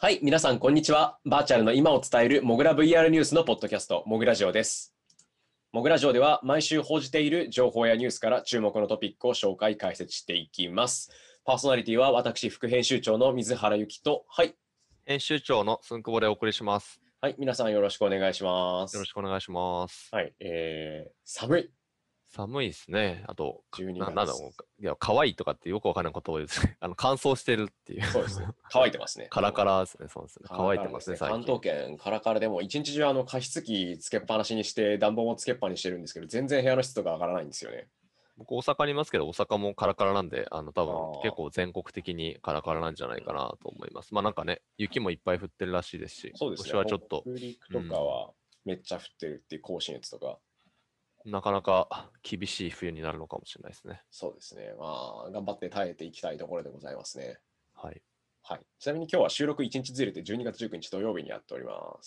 はい、皆さん、こんにちは。バーチャルの今を伝えるモグラ VR ニュースのポッドキャスト、モグラジオです。モグラジオでは、毎週報じている情報やニュースから注目のトピックを紹介、解説していきます。パーソナリティは私、副編集長の水原由紀と、はい。 編集長のすんくぼでお送りします。 はい、皆さんよろしくお願いしまよろす。 しくお願いします。 はい、寒い。 寒いですね。あと、 12 なんだ月。 ろう。いや、可愛いとかってよくわからないこと多いですね。乾燥してるっていう。 そうですね。乾いてますね。 カラカラですね。そうですね。 カラ乾いてますね、 カラですね。関最近。 東圏カラカラでも一日中加湿器つけっぱなしにして暖房もつけっぱにしてるんですけど、全然部屋の湿度が上がらないんですよね。 僕、大阪にいますけど、大阪もカラカラなんで、多あ分結あ。 構全国的にカラカラなんじゃないかなと思います。まあなんかね、雪もいっぱい降ってるらしいですし、今年そうですね。 はちょっと、 北陸とかうん、 はめっちゃ降ってるっていう甲信越とか。 なかなか厳しい冬になるのかもしれないですね。 そうですね。まあ、頑張って耐えていきたいところでございますね。 はい。 はい。ちなみに今日は収録1日ずれて12月19日土曜日にやっております。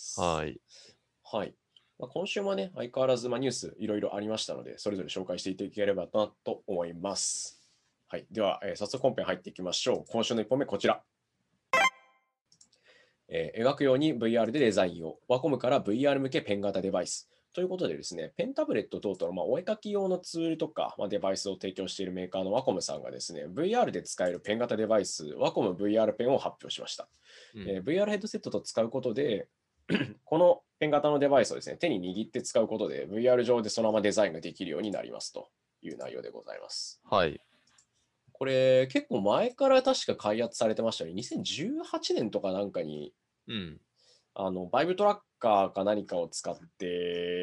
はい。 はい。まあ、今週もね、相変わらずニュースいろいろありましたので、それぞれ紹介していければなと思います。はい。では、早速本編入っていきましょう。今週の1本目こちら。描くように VR でデザインを。ワコムから VR 向けペン型デバイス。ということでですね、ペンタブレット等々のお絵描き用のツールとか、デバイスを提供しているメーカーのワコムさんがですね、VR で使えるペン型デバイス、ワコム VR ペンを発表しました。 うん、 VR ヘッドセットと使うことで、このペン型のデバイスをですね、手に握って使うことで、VR 上でそのままデザインができるようになりますという内容でございます。 はい。 これ、結構前から確か開発されてましたよね。2018年とかなんかに、 うん。 バイブトラッカーか何かを使って、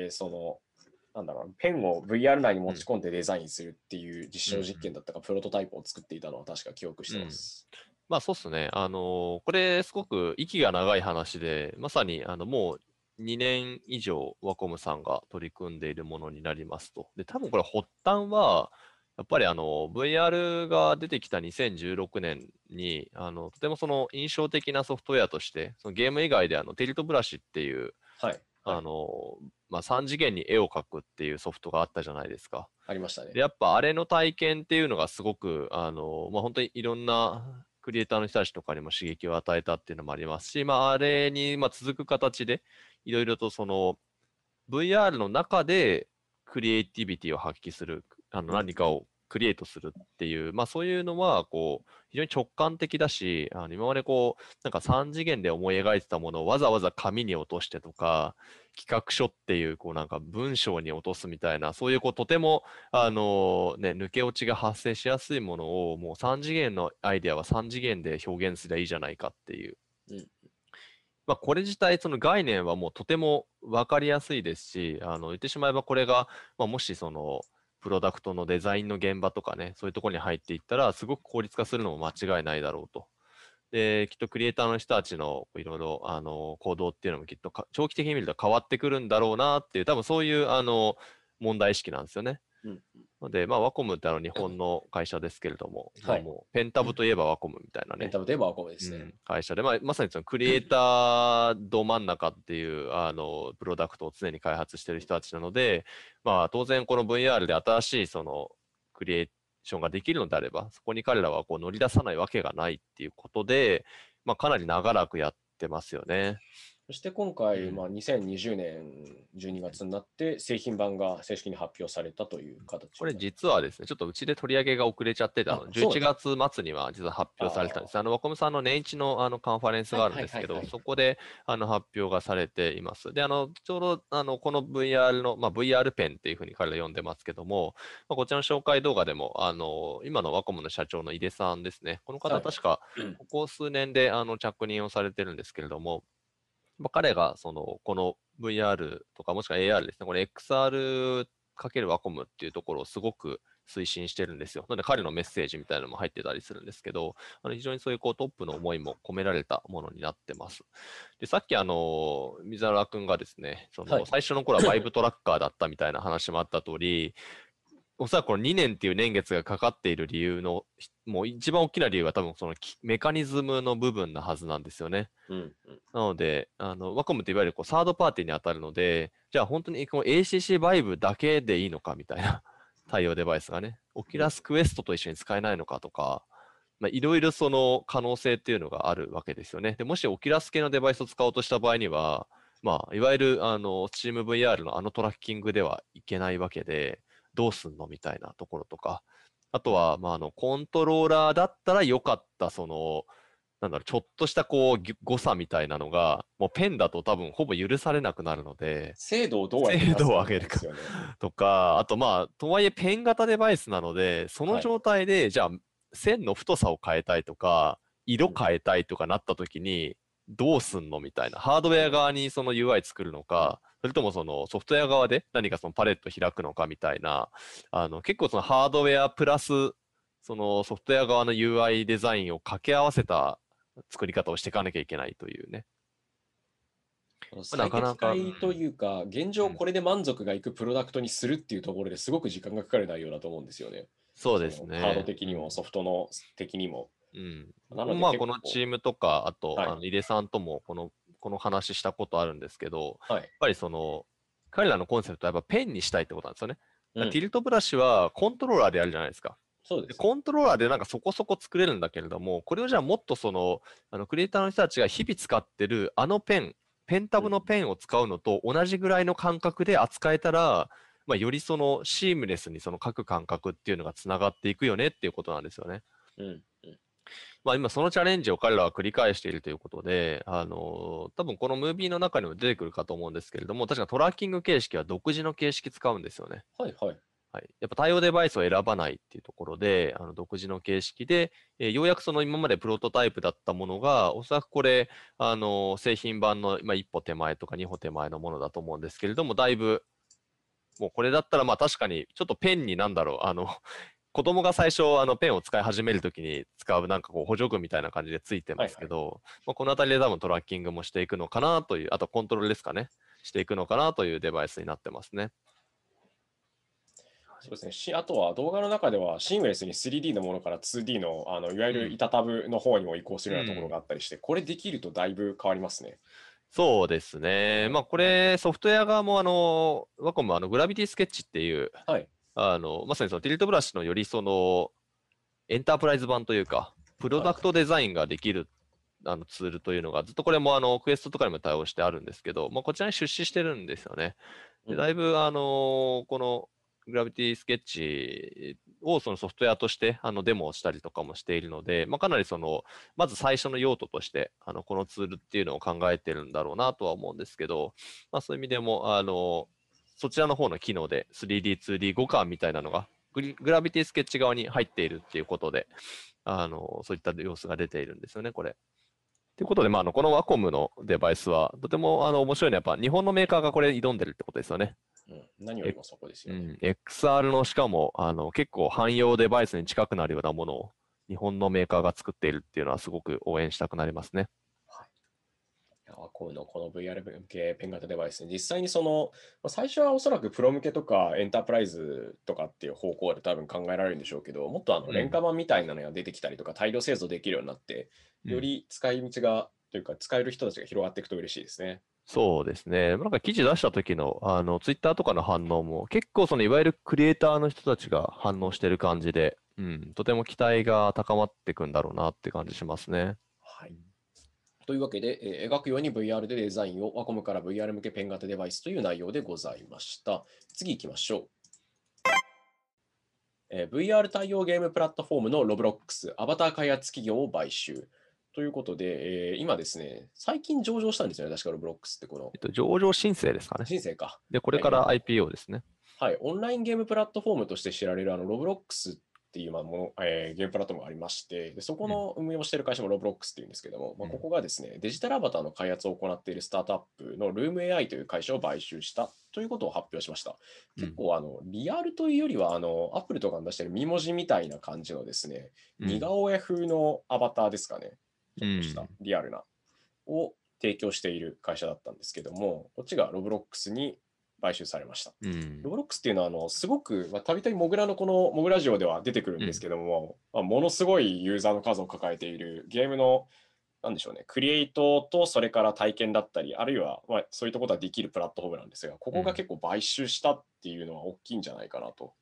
ペンを VR 内に持ち込んでデザインするっていう実証実験だったか、プロトタイプを作っていたのは確か記憶してます。 まあそうっすね。これすごく息が長い話で、まさにもう2年以上ワコムさんが取り組んでいるものになりますと。で、多分これ発端は、やっぱりVR が出てきた2016年に、とてもその印象的なソフトウェアとして、そのゲーム以外でテリトブラシっていう、 はい。はい、 3次元に絵を描くっていうソフトがあったじゃないですか。 ありましたね。 で、やっぱあれの体験っていうのがすごく、本当にいろんなクリエイターの人たちとかにも刺激を与えたっていうのもありますし、あれに続く形で、いろいろとその VR の中でクリエイティビティを発揮する、何かをクリエイトするっていう、そういうのは、非常に直感的だし、今までなんか3次元で思い描いてたものをわざわざ紙に落としてとか、企画書っていう、なんか文章に落とすみたいな、そういうとても、抜け落ちが発生しやすいものを、もう3次元のアイデアは3次元で表現すればいいじゃないかっていう。これ自体、その概念はもうとてもわかりやすいですし、言ってしまえばこれが、もしその、プロダクトのデザインの現場とかね、そういうところに入っていったら、すごく効率化するのも間違いないだろうと。で、きっとクリエイターの人たちのいろいろ、行動っていうのもきっと長期的に見ると変わってくるんだろうなっていう、多分そういう、問題意識なんですよね。ので、ワコムって日本の会社ですけれども、 はい、 もうペンタブといえばワコムみたいなね。 ペンタブといえばワコムですね。 会社で、まさにそのクリエイターど真ん中っていう、プロダクトを常に開発している人たちなので、当然この VR で新しいそのクリエーションができるのであれば、そこに彼らは乗り出さないわけがないっていうことで、かなり長らくやってますよね。 そして今回、2020年12月になって製品版が正式に発表されたという形。 これ実はですね、ちょっとうちで取り上げが遅れちゃってたの、11月末には実は発表されたんです。ワコムさんの年一のカンファレンスがあるんですけど、そこで発表がされています。で、ちょうどこの VR の、VR ペンっていうふうに彼ら呼んでますけども、こちらの紹介動画でも、今のワコムの社長の井出さんですね。この方確か、ここ数年で着任をされてるんですけれども、彼がこの VR とかもしくは AR ですね、これ XR かけるワコムっていうところをすごく推進してるんですよ。なので彼のメッセージみたいなのも入ってたりするんですけど、非常にそういうトップの思いも込められたものになってます。で、さっき水原くんがですね、最初の頃はバイブトラッカーだったみたいな話もあった通り、おそらくこの2年っていう年月がかかっている理由の、もう一番大きな理由は多分そのメカニズムの部分なはずなんですよね。なので、ワコムっていわゆるサードパーティーに当たるので、じゃあ本当にこの ACC バイブだけでいいのかみたいな対応デバイスがね、オキュラスクエストと一緒に使えないのかとか、 いろいろその可能性っていうのがあるわけですよね。で、もしオキュラス系のデバイスを使おうとした場合には、いわゆるSteamVR のトラッキングではいけないわけで、どうすんのみたいなところとか、あとは、コントローラーだったら良かった、なんだろう、ちょっとした誤差みたいなのが、もうペンだと多分ほぼ許されなくなるので、 精度をどうやって精度出すかみたを上げるかいですよね。 とか、あととはいえペン型デバイスなので、そのはい。 状態で、じゃあ、線の太さを変えたいとか、色うん。 変えたいとかなった時に、どうすんのみたいな。ハードウェア側にその UI 作るのか、それともそのソフトウェア側で何かそのパレット開くのかみたいな、結構そのハードウェアプラス、そのソフトウェア側の UI デザインを掛け合わせた作り方をしていかなきゃいけないというね。な最かなか、 適解というか、現状これで満足がいくプロダクトにするっていうところですごく時間がかかる内容だと思うんですよね。 そうですそのハードね。 的にもソフトの的にも。 うん。 なの僕もで結構、 このチームとか、あと、 はい。 井出さんともこの話したことあるんですけど、やっはい。 ぱり彼らのコンセプトはやっぱペンにしたいってことなんですよね。 うん。 ティルトブラシはコントローラーでやるじゃないですか。で、 そうですね。 コントローラーでなんかそこそこ作れるんだけれども、これをじゃあもっとクリエイターの人たちが日々使ってるペンタブのペンを使うのと同じぐらいの感覚で扱えたら、よりシームレスにその書く感覚っていうのがつながっていくよねっていうことなんですよね。 うん。うん。 今そのチャレンジを彼らは繰り返しているということで、多分このムービーの中にも出てくるかと思うんですけれども、確かトラッキング形式は独自の形式使うんですよね。 はいはい。 はい。やっぱ対応デバイスを選ばないっていうところで、独自の形式で、ようやくその今までプロトタイプだったものが、おそらくこれ、製品版の、一歩手前とか二歩手前のものだと思うんですけれども、だいぶ、もうこれだったら確かに、ちょっとペンになんだろう、子供が最初、ペンを使い始めるときに使うなんかこう補助具みたいな感じでついてまはいはい。 すけど、このあたりで多分トラッキングもしていくのかなという、あとコントロールですかね、していくのかなというデバイスになってますね。 そうですね。あとは動画の中ではシームレスに 3D のものから 2D の、いわゆうん。 る板タブの方にも移行するようなところうん。 があったりして、これできるとだいぶ変わりますね。 そうですね。これ、ソフトウェア側もワコムはグラビティスケッチっていう、 はい。 まさにそのティルトブラシのよりエンタープライズ版というか、プロはい。 ダクトデザインができるツールというのが、ずっとこれもクエストとかにも対応してあるんですけど、こちらに出資してるんですよね。で、 うん。 だいぶ、このグラビティスケッチをそのソフトウェアとしてデモをしたりとかもしているので、かなりまず最初の用途として、このツールっていうのを考えてるんだろうなとは思うんですけど、そういう意味でも、そちらの方の機能で 3D、2D 互換みたいなのがグラビティスケッチ側に入っているっていうことで、そういった様子が出ているんですよね、これ。ということで、このワコムのデバイスは、とても面白いのは、やっぱ日本のメーカーがこれ挑んでるってことですよね。 うん。何よりもそこですよね。 XR のしかも結構汎用デバイスに近くなるようなものを日本のメーカーが作っているっていうのはすごく応援したくなりますね。 はい。この VR 向けペン型デバイス、実際に最初はおそらくプロ向けとかエンタープライズとかっていう方向で多分考えられるんでしょうけど、もっとうん。 廉価版みたいなのが出てきたりとか、大量製造できるようになって、 うん。 より使い道が、というか使える人たちが広がっていくと嬉しいですね。 そうですね。なんか記事出した時のツイッターとかの反応も結構いわゆるクリエイターの人たちが反応してる感じで、とても期待が高まっていくんだろうなって感じしますね。 はい。というわけで、描くように VR でデザインをワコムから VR 向けペン型デバイスという内容でございました。次行きましょう。VR 対応ゲームプラットフォームのロブロックス、アバター開発企業を買収。ということで、今ですね、最近上場したんですよね、確かロブロックスってこの上場申請ですかね。 申請か。 で、これから IPO ですね。 はい、オンラインゲームプラットフォームとして知られるロブロックスっていうゲームプラットフォームがありまして、でそこうん。 の運営をしている会社もロブロックスっていうんですけども、 うん。 ここがですね、デジタルアバターの開発を行っているスタートアップのルーム AI という会社を買収したということを発表しました。 うん。 結構リアルというよりはアップルとかに出しているミモジみたいな感じのですね、似うん。 顔絵風のアバターですかね。ちうょっとしたん。 リアルなを提供している会社だったんですけども、こっちがロブロックスに買収されました。 うん。 ロブロックスっていうのは、すごく、たびたびモグラのこのモグラジオでは出てくるんですうん。 けども、ものすごいユーザーの数を抱えているゲームの、なんでしょうね、クリエイトとそれから体験だったり、あるいは、そういったことができるプラットフォームなんですが、ここがうん。 結構買収したっていうのは大きいんじゃないかなと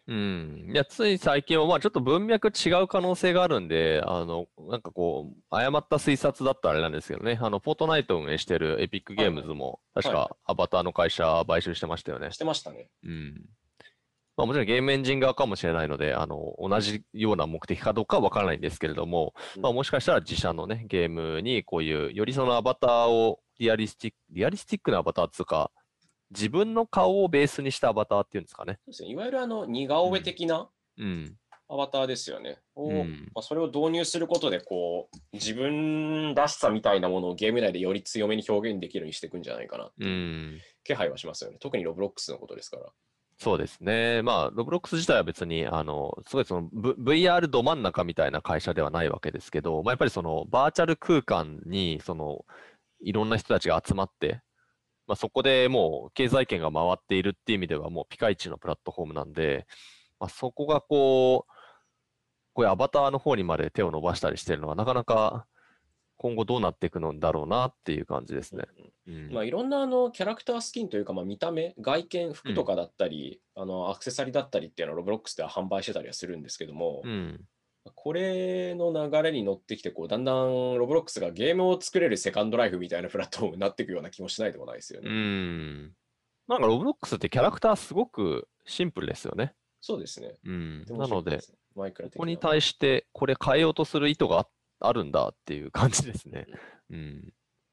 うん。いや、つい最近は、まあちょっと文脈違う可能性があるんで、なんかこう、誤った推察だったらあれなんですけどね、フォートナイトを運営してるエピックゲーはいはい。 ムズも、確はいはい。 かアバターの会社買収してましたよね。 してましたね。 うん。まあもちろんゲームエンジン側かもしれないので、同じような目的かどうかはわからないんですけれども、 うん。 まあもしかしたら自社のね、ゲームにこういう、よりそのアバターをリアリスティックなアバターっていうか、自分の顔をベースにしたアバターっていうんですかね。 そうですね。いわゆる似顔絵うん。 的なうん。 アバターですよね。 うんまあ、それを導入することで、こう、自分らしさみたいなものをゲーム内でより強めに表現できるようにしていくんじゃないかなっうていうん。 気配はしますよね。特にロブロックスのことですから。 そうですね。まあ、ロブロックス自体は別に、すごいその、VR ど真ん中みたいな会社ではないわけですけど、まあ、やっぱりその、バーチャル空間に、いろんな人たちが集まって、まあ、そこでもう経済圏が回っているっていう意味ではもうピカイチのプラットフォームなんで、まあ、そこがこういうアバターの方にまで手を伸ばしたりしてるのはなかなか今後どうなっていくのだろうなっていう感じですね。うん。 まあ、いろんなキャラクタースキンというか、まあ、見た目、外見、 うん。 服とかだったり、アクセサリーだったりっていうのはロブロックスでは販売してたりはするんですけども、 うん。 これの流れに乗ってきて、こうだんだんロブロックスがゲームを作れるセカンドライフみたいなプラットフォームになっていくような気もしないでもないですようね。 ん。なんかロブロックスってキャラクターすごくシンプルですよね。 そうですね。 うん。 とてもなので、 シンプルですね。マイクラ的な。 ここに対してこれ変えようとする意図があるんだっていう感じですね。うん。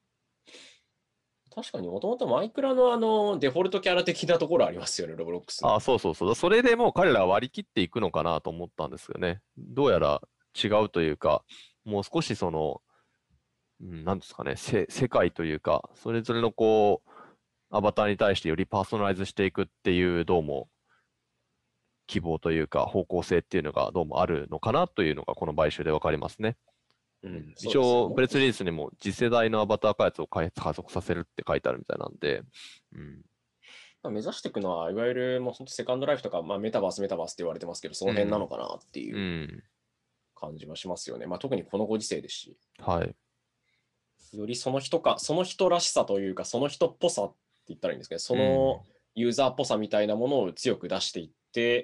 確かにもともとマイクラのデフォルトキャラ的なところありますよね、ロブロックスの。 あ、そうそうそう。それでもう彼らは割り切っていくのかなと思ったんですよね。どうやら違うというか、もう少しなんですかね、世界というか、それぞれのアバターに対してよりパーソナライズしていくっていう、どうも希望というか、方向性っていうのがどうもあるのかなというのが、この買収でわかりますね。 うん、そうですね。 一応、 もっと、 プレスリリースにも次世代のアバター開発を加速させるって書いてあるみたいなんで、うん。 まあ目指していくのは、いわゆるもう本当セカンドライフとか、まあ、メタバース、メタバースって言われてますけど、その辺なのうん。 かなっていううん。 感じはしますよね。まあ、特にこのご時世ですし、 はい。 よりその人か、その人らしさというか、その人っぽさって言ったらいいんですけど、そうん。 のユーザーっぽさみたいなものを強く出していって、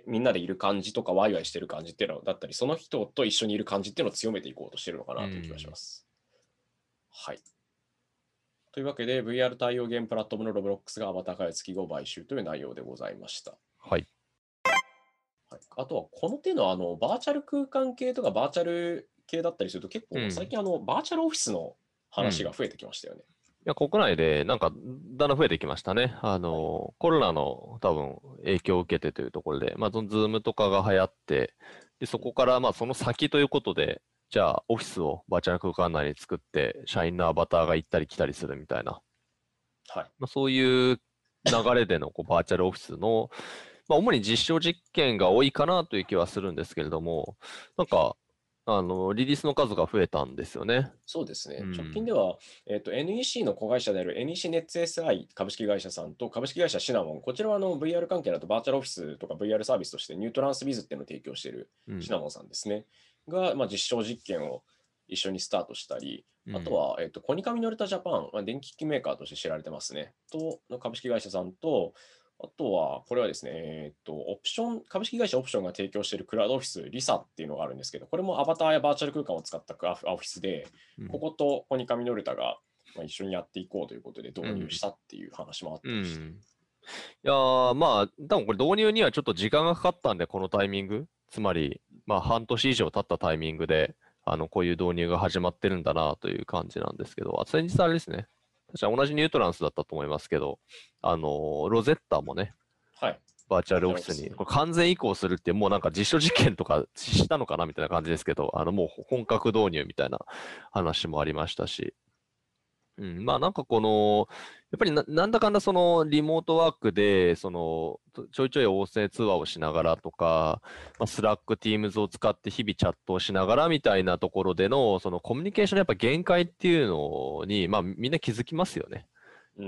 みんなでいる感じとか、ワイワイしてる感じっていうのだったり、その人と一緒にいる感じっていうのを強めていこうとしてるのかうなという気がしまん。 す。はい。というわけで、VR 対応ゲームプラットフォームのロブロックスがアバター開発企業買収という内容でございました。 はい。 はい、あとは、この手のバーチャル空間系とかバーチャル系だったりすると、結構最うん。 近バーチャルオフィスのうん。 話が増えてきましたよね。 いや、国内でなんか、だんだん増えてきましたね。 はい。 コロナの多分影響を受けてというところで、まあ、そのズームとかが流行って、で、そこからまあその先ということで、じゃあオフィスをバーチャル空間内に作って、社員のアバターが行ったり来たりするみたいな、 はい。 まあ、そういう流れでのバーチャルオフィスの、まあ、主に実証実験が多いかなという気はするんですけれども、なんか、リリースの数が増えたんですよね。 そうですね。直近うん。 では、NEC の子会社である NEC ネッツ SI 株式会社さんと株式会社シナモン、こちらはVR 関係だとバーチャルオフィスとか VR サービスとしてニュートランスビズっていうのを提供しているうん。 シナモンさんですね。が、まあ、実証実験を一緒にスタートしたり、 うん。 あとは、コニカミノルタジャパン、まあ、電気機器メーカーとして知られてますね。の株式会社さんと、あとは、これはですね、オプション、株式会社オプションが提供しているクラウドオフィス、リサっていうのがあるんですけど、これもアバターやバーチャル空間を使ったオフィスで、 うん。 こことコニカミノルタが一緒にやっていこうということで導入うん。 したっていう話もあっうたりして。 ん。いやー、まあ、多分これ導入にはちょっと時間がかかったんで、このタイミング。つまり、まあ、半年以上経ったタイミングで、こういう導入が始まってるんだなという感じなんですけど、先日あれですね。確か同じニュートランスだったと思いますけど、ロゼッタもね、 はい。 バーチャバールオフィスに、 チャルオフィスね。 これ完全移行するって、もうなんか実証実験とかしたのかなみたいな感じですけど、もう本格導入みたいな話もありましたし、うん、まあなんかやっぱりなんだかんだそのリモートワークで、ちょいちょい音声通話をしながらとか、まあ、スラック、ティームズを使って日々チャットをしながらみたいなところでの、そのコミュニケーションのやっぱ限界っていうのに、まあみんな気づきますよね。 うん。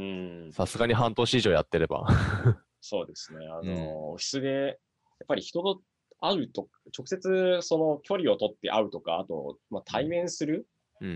さすがに半年以上やってれば。 そうですね。 うん。 オフィスで、やっぱり人と会うと、直接その距離を取って会うとか、あと、まあ、対うん。 面する、 うん。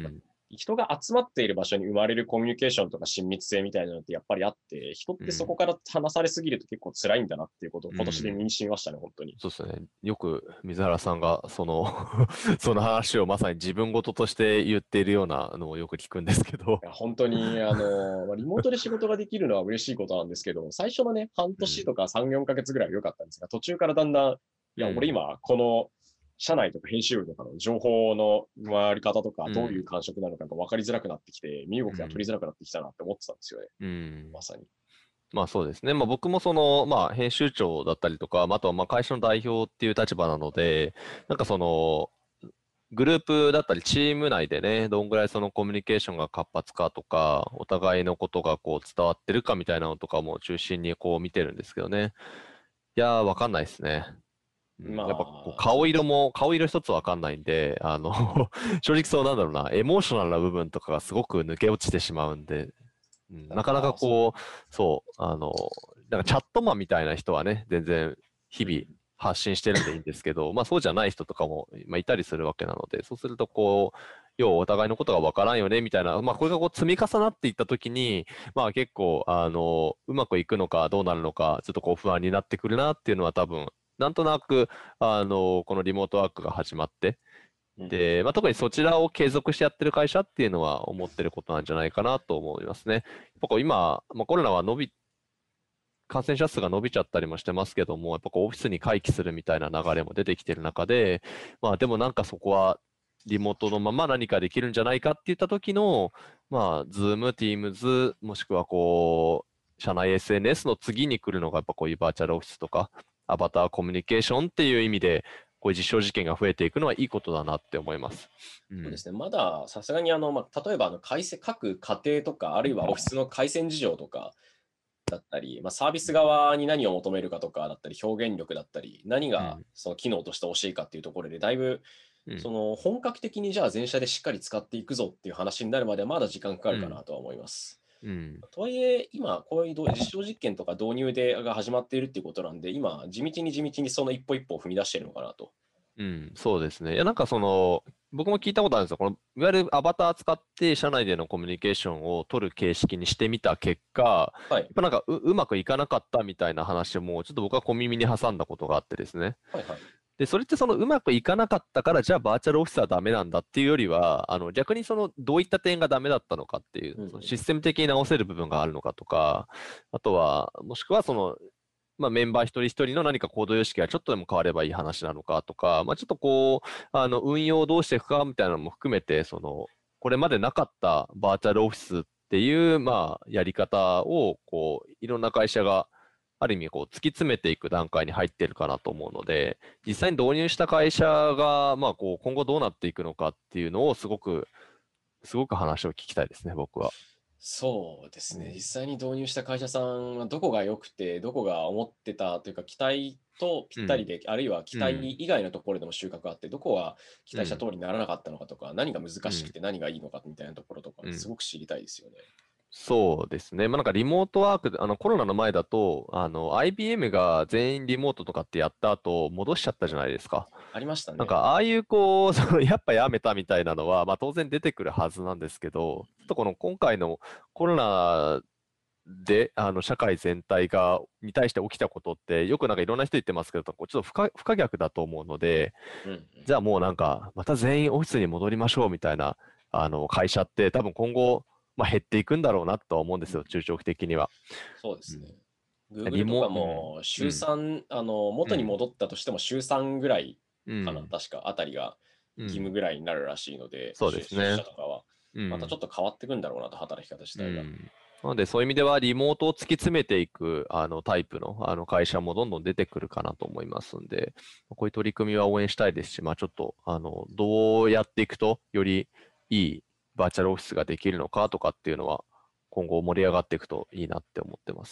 人が集まっている場所に生まれるコミュニケーションとか親密性みたいなのってやっぱりあって、人ってそこから離されすぎると結構辛いんだなっていうことを今年で身に染みましたね、本当に。 そうですね。よく水原さんがその話をまさに自分事として言っているようなのをよく聞くんですけど。 いや本当に、リモートで仕事ができるのは嬉しいことなんですけど、最初のね、半年とか3、4ヶ月ぐらいは良かったんですが、途中からだんだん、いや、俺今、この社内とか編集部とかの情報の回り方とか、どういう感触なのかが分かりづらくなってきて、身動きが取りづらくなってきたなって思ってたんですよね。まさに。 まあそうですね。まあ僕も編集長だったりとか、あとは会社の代表っていう立場なので、なんかグループだったりチーム内でね、どんぐらいそのコミュニケーションが活発かとか、お互いのことがこう伝わってるかみたいなのとかも中心にこう見てるんですけどね。いやー、わかんないですね。やっぱこう顔色一つわかんないんで、正直そうなんだろうな、エモーショナルな部分とかがすごく抜け落ちてしまうんで、なかなかこう、なんかチャットマンみたいな人はね、全然日々発信してるんでいいんですけど、そうじゃない人とかも、いたりするわけなので、そうするとこう、要はお互いのことがわからんよねみたいな、これがこう積み重なっていったときに、結構、うまくいくのかどうなるのか、ちょっとこう不安になってくるなっていうのは多分、なんとなく、このリモートワークが始まって、で、特にそちらを継続してやってる会社っていうのは思ってることなんじゃないかなと思いますね。やっぱこう今、コロナは感染者数が伸びちゃったりもしてますけども、やっぱこうオフィスに回帰するみたいな流れも出てきてる中で、でもなんかそこはリモートのまま何かできるんじゃないかって言った時の、Zoom、Teams、もしくはこう、社内 SNS の次に来るのがやっぱこういうバーチャルオフィスとか、アバターコミュニケーションっていう意味で、こういう実証実験が増えていくのはいいことだなって思います。 そうですね。まださすがに例えば各家庭とか、あるいはオフィスの回線事情とかだったり、サービス側に何を求めるかとかだったり、表現力だったり、何がその機能として欲しいかっていうところで、だいぶその本格的にじゃあ全社でしっかり使っていくぞっていう話になるまではまだ時間かかるかなとは思います。とはいえ、今、こういう実証実験とか導入が始まっているっていうことなんで、今、地道にその一歩一歩を踏み出しているのかなと。 そうですね。いや、なんか僕も聞いたことあるんですよ。いわゆるアバター使って社内でのコミュニケーションを取る形式にしてみた結果、 はい。 やっぱなんかうまくいかなかったみたいな話も、ちょっと僕は小耳に挟んだことがあってですね。 はいはい。 で、それってうまくいかなかったから、じゃあバーチャルオフィスはダメなんだっていうよりは、逆にどういった点がダメだったのかっていう、そのシステム的に直せる部分があるのかとか、あとは、もしくはメンバー一人一人の何か行動様式がちょっとでも変わればいい話なのかとか、ちょっとこう、運用をどうしていくかみたいなのも含めて、これまでなかったバーチャルオフィスっていう、やり方を、こう、いろんな会社が、ある意味、こう、突き詰めていく段階に入っているかなと思うので、実際に導入した会社が、こう、今後どうなっていくのかっていうのを、すごく話を聞きたいですね、僕は。 そうですね。実際に導入した会社さんはどこが良くて、どこが思ってたというか、期待とぴったりで、あるいは期待以外のところでも収穫があって、どこが期待した通りにならなかったのかとか、何が難しくて何がいいのかみたいなところとか、すごく知りたいですよね。 そうですね。なんかリモートワークで、コロナの前だと、IBM が全員リモートとかってやった後、戻しちゃったじゃないですか。 ありましたね。 なんか、ああいうこう、やっぱやめたみたいなのは、当然出てくるはずなんですけど、ちょっとこの今回のコロナで、社会全体に対して起きたことって、よくなんかいろんな人言ってますけど、こうちょっと不可逆だと思うので、じゃあもうなんか、また全員オフィスに戻りましょうみたいな、会社って多分今後、減っていくんだろうなとは思うんですよ、中長期的には。 そうですね。 リ Google とかモ、 も週3、元に戻ったとしても週3ぐらいかな、確かあたりが義務ぐらいになるらしいので、 そうです出ね。 社とかは、またちょっと変わってくんだろうなと、働き方自体が。 なので、そういう意味では、リモートを突き詰めていくタイプの、会社もどんどん出てくるかなと思いますんで、こういう取り組みは応援したいですし、ちょっとどうやっていくと、よりいいバーチャルオフィスができるのかとかっていうのは、今後盛り上がっていくといいなって思ってます。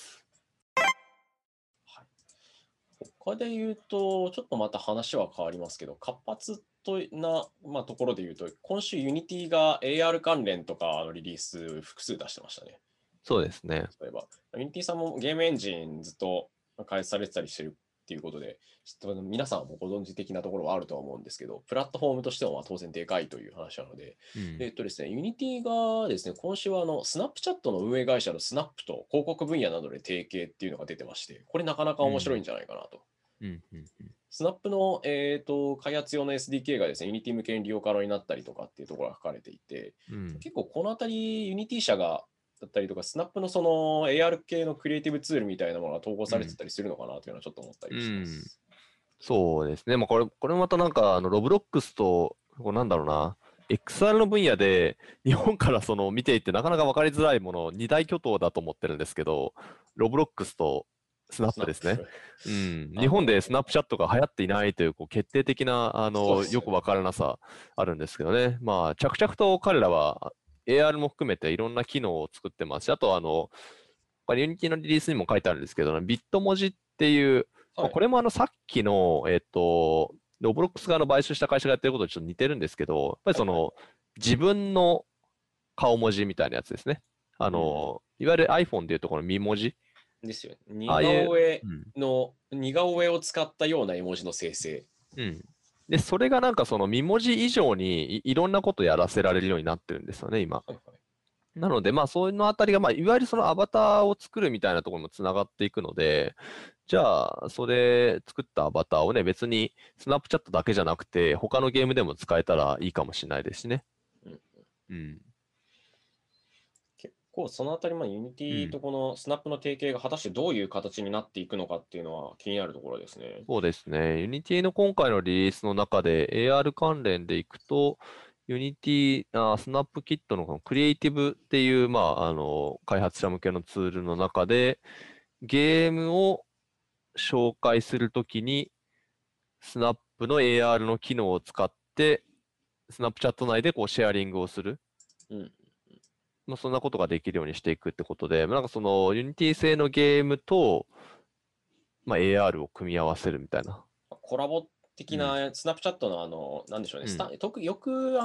他で言うと、ちょっとまた話は変わりますけど、活発な、ところで言うと、今週 Unity が AR 関連とかのリリース複数出してましたね。 そうですね。 例えば、Unity さんもゲームエンジンずっと開発されてたりしてるっていうことで、ちょっと皆さんもご存知的なところはあるとは思うんですけど、プラットフォームとしてもまあ当然でかいという話なので、ですね、ユニティがですね、今週はスナップチャットの運営会社のスナップと広告分野などで提携っていうのが出てまして、これなかなか面白いんじゃないかなと。スナップの、開発用の SDK がですね、ユニティ向けに利用可能になったりとかっていうところが書かれていて、結構このあたり、ユニティ社がだったりとか、スナップのその AR 系のクリエイティブツールみたいなものが統合されてたりするのかなというのはちょっと思ったりします。 そうですね。まあ、これまたなんか、ロブロックスと、なんだろうな、XR の分野で、日本からその見ていてなかなか分かりづらいもの、二大巨頭だと思ってるんですけど、ロブロックスとスナップですね。日本でスナップチャットが流行っていないという、決定的な、よく分からなさあるんですけどね。まあ、着々と彼らは AR も含めていろんな機能を作ってますし、あとユニティのリリースにも書いてあるんですけど、ビット文字っていう、これもさっきの、ロブロックス側の買収した会社がやってることとちょっと似てるんですけど、やっぱり自分の顔文字みたいなやつですね。いわゆる iPhone でいうとこのミ文字。 ですよね。似顔絵を使ったような絵文字の生成。 で、それがなんかそのミ文字以上にいろんなことやらせられるようになってるんですよね、今。なので、まあ、そういうのあたりが、まあ、いわゆるそのアバターを作るみたいなところにもつながっていくので、じゃあ、それ作ったアバターをね、別にスナップチャットだけじゃなくて、他のゲームでも使えたらいいかもしれないですしね。 結構、そのあたり、ユニティとこのスナップの提携が果たしてどういう形になっていくのかっていうのは気になるところですね。 そうですね。ユニティの今回のリリースの中で AR 関連でいくと、ユニティ、スナップキットのクリエイティブっていう、開発者向けのツールの中で、ゲームを紹介するときに、スナップの AR の機能を使って、スナップチャット内でシェアリングをする。そんなことができるようにしていくってことで、なんかそのユニティ製のゲームと、AR を組み合わせるみたいな。 コラボ的な、スナップチャットのなんでしょうね、よく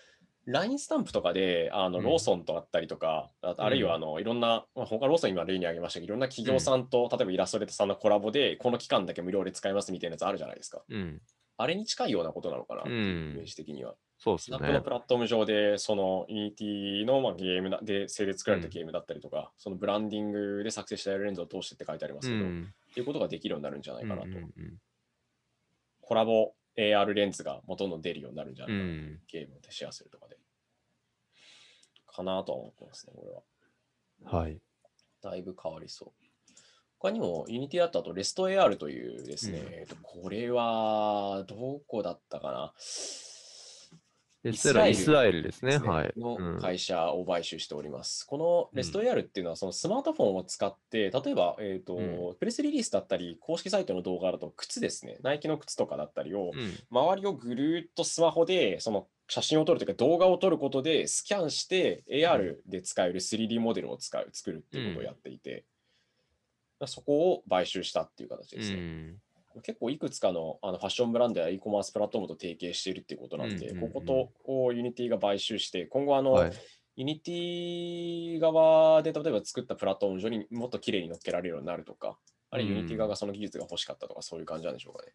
LINE スタンプとかで、ローソンとあったりとか、あるいはいろんな、他ローソン今例に挙げましたけど、いろんな企業さんと、例えばイラストレーターさんのコラボで、この期間だけ無料で使えますみたいなやつあるじゃないですか。あれに近いようなことなのかなっていうイメージ的には。 そうですね。 スナップのプラットフォーム上で、その Unity のゲームで製で作られたゲームだったりとか、そのブランディングで作成した AR レンズを通してって書いてありますけど、っていうことができるようになるんじゃないかなと。コラボ AR レンズがどんどん出るようになるんじゃないかなと、ゲームでシェアするとかで。かなとは思ってますね、これは。 はい。 だいぶ変わりそう。他にも Unity だったと REST AR というですね、これはどこだったかな。 イスラエルですね。 の会社を買収しております。この REST AR っていうのはそのスマートフォンを使って、例えば、プレスリリースだったり、公式サイトの動画だと靴ですね、ナイキの靴とかだったりを、周りをぐるっとスマホでその写真を撮るというか動画を撮ることでスキャンして AR で使える 3D モデルを作るっていうことをやっていて、そこを買収したっていう形ですね。結構いくつかのファッションブランドや e コマースプラットフォームと提携しているっていうことなんで、こことユニティが買収して、今後ユニティ側で例えば作ったプラットフォーム上にもっと綺麗に乗っけられるようになるとか、あるいはユニティ側がその技術が欲しかったとか、そういう感じなんでしょうかね。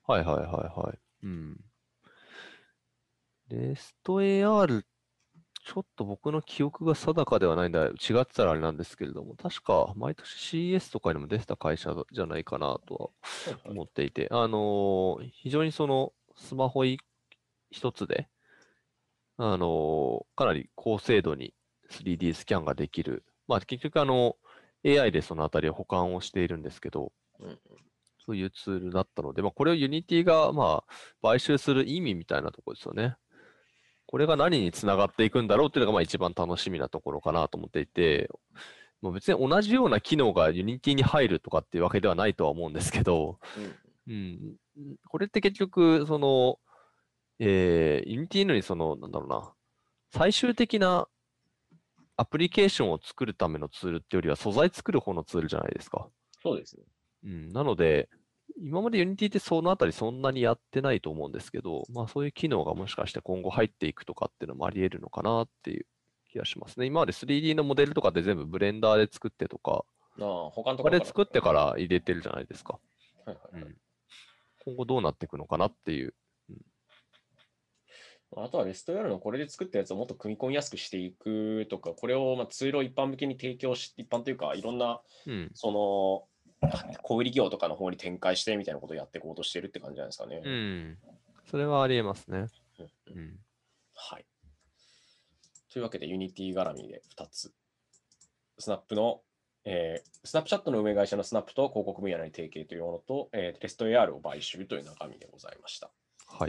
レスト AR、ちょっと僕の記憶が定かではないんで、違ってたらあれなんですけれども、確か毎年 CS とかにも出てた会社じゃないかなとは思っていて、非常にそのスマホ一つで、かなり高精度に 3D スキャンができる。結局AI でそのあたりを保管をしているんですけど、そういうツールだったので、これを Unity が買収する意味みたいなところですよね。これが何につながっていくんだろうっていうのが一番楽しみなところかなと思っていて、別に同じような機能が Unity に入るとかっていうわけではないとは思うんですけど、これって結局、その、Unity のになんだろうな、最終的なアプリケーションを作るためのツールっていうよりは素材作る方のツールじゃないですか。 そうですね。 なので、今まで Unity ってそのあたりそんなにやってないと思うんですけど、そういう機能がもしかして今後入っていくとかっていうのもあり得るのかなっていう気がしますね。今まで 3D のモデルとかって全部ブレンダーで作ってとか、 他のとこあれ作ってから入れてるじゃないですか。 今後どうなっていくのかなっていう。 あとはレスト AR のこれで作ったやつをもっと組み込みやすくしていくとか、これをツールを一般向けに提供し、一般というか、いろんな、その、小売業とかの方に展開してみたいなことをやっていこうとしてるって感じなんですかね。 それはありえますね。 はい。というわけで、ユニティ絡みで2つ。スナップの、スナップチャットの運営会社のスナップと広告分野に提携というものと、レスト AR を買収という中身でございました。 はい。